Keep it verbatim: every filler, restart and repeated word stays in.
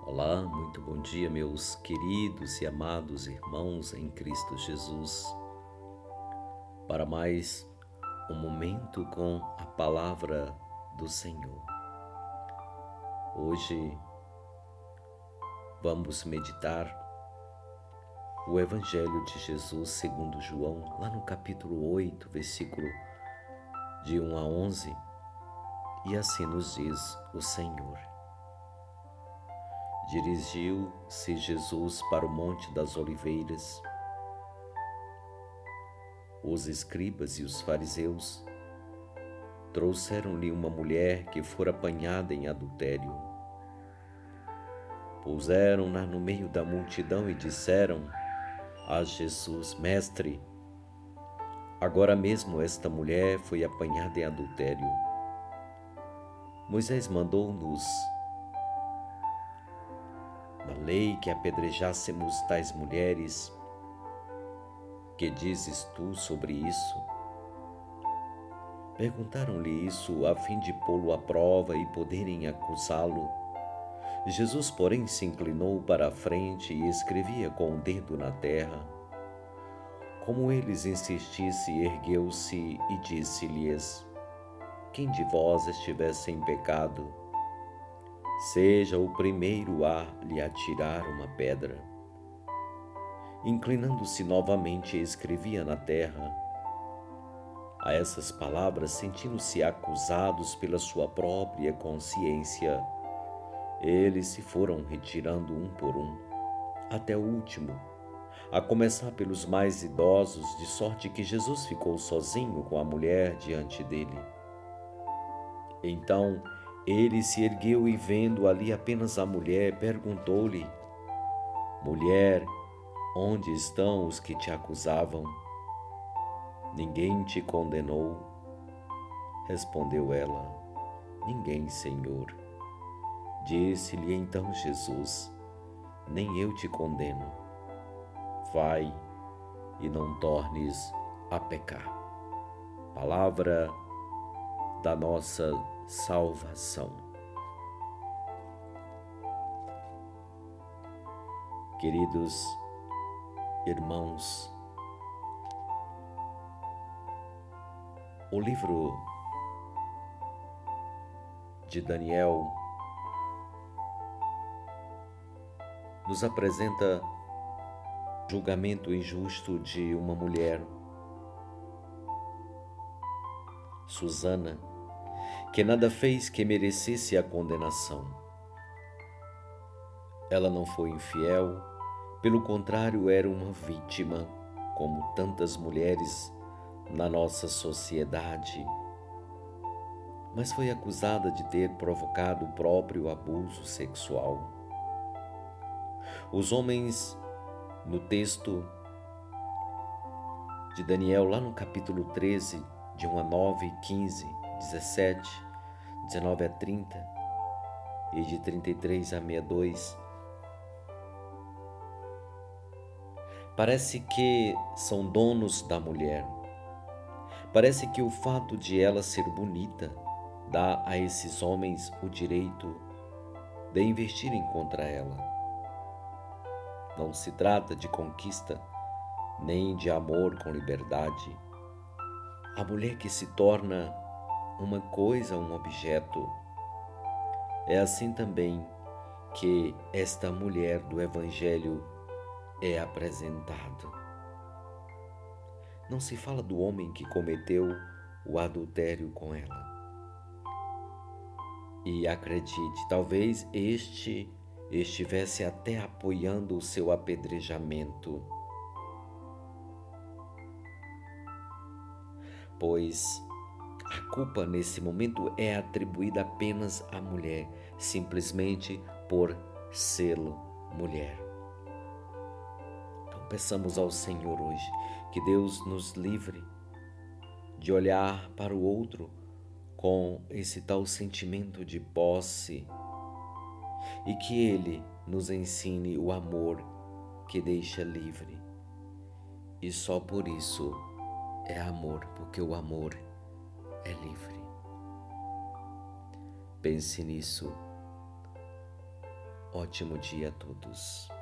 Olá, muito bom dia, meus queridos e amados irmãos em Cristo Jesus, para mais um momento com a palavra do Senhor. Hoje vamos meditar o Evangelho de Jesus segundo João, lá no capítulo oito, versículo de um a onze, e assim nos diz o Senhor. Dirigiu-se Jesus para o Monte das Oliveiras. Os escribas e os fariseus trouxeram-lhe uma mulher que fora apanhada em adultério. Puseram-na no meio da multidão e disseram a Jesus: Mestre, agora mesmo esta mulher foi apanhada em adultério. Moisés mandou-nos na lei que apedrejássemos tais mulheres. Que dizes tu sobre isso? Perguntaram-lhe isso a fim de pô-lo à prova e poderem acusá-lo. Jesus, porém, se inclinou para a frente e escrevia com o dedo na terra. Como eles insistissem, ergueu-se e disse-lhes: Quem de vós estiver sem pecado, seja o primeiro a lhe atirar uma pedra. Inclinando-se novamente, escrevia na terra. A essas palavras, sentindo-se acusados pela sua própria consciência, eles se foram retirando um por um, até o último, a começar pelos mais idosos, de sorte que Jesus ficou sozinho com a mulher diante dele. Então ele se ergueu e, vendo ali apenas a mulher, perguntou-lhe: Mulher, onde estão os que te acusavam? Ninguém te condenou? Respondeu ela: Ninguém, Senhor. Disse-lhe então Jesus: Nem eu te condeno. Vai e não tornes a pecar. Palavra da nossa salvação. Queridos irmãos, o livro de Daniel nos apresenta o julgamento injusto de uma mulher, Susana, que nada fez que merecesse a condenação. Ela não foi infiel, pelo contrário, era uma vítima, como tantas mulheres na nossa sociedade, mas foi acusada de ter provocado o próprio abuso sexual. Os homens, no texto de Daniel, lá no capítulo treze, de um a nove, quinze, dezessete, dezenove a trinta e de trinta e três a sessenta e dois, parece que são donos da mulher. Parece que o fato de ela ser bonita dá a esses homens o direito de investirem contra ela. Não se trata de conquista, nem de amor com liberdade. A mulher que se torna uma coisa, um objeto. É assim também que esta mulher do Evangelho é apresentado. Não se fala do homem que cometeu o adultério com ela. E acredite, talvez este estivesse até apoiando o seu apedrejamento, pois a culpa nesse momento é atribuída apenas à mulher, simplesmente por ser mulher. Então peçamos ao Senhor hoje que Deus nos livre de olhar para o outro com esse tal sentimento de posse e que Ele nos ensine o amor que deixa livre. E só por isso é amor, porque o amor é livre. Pense nisso ótimo dia a todos.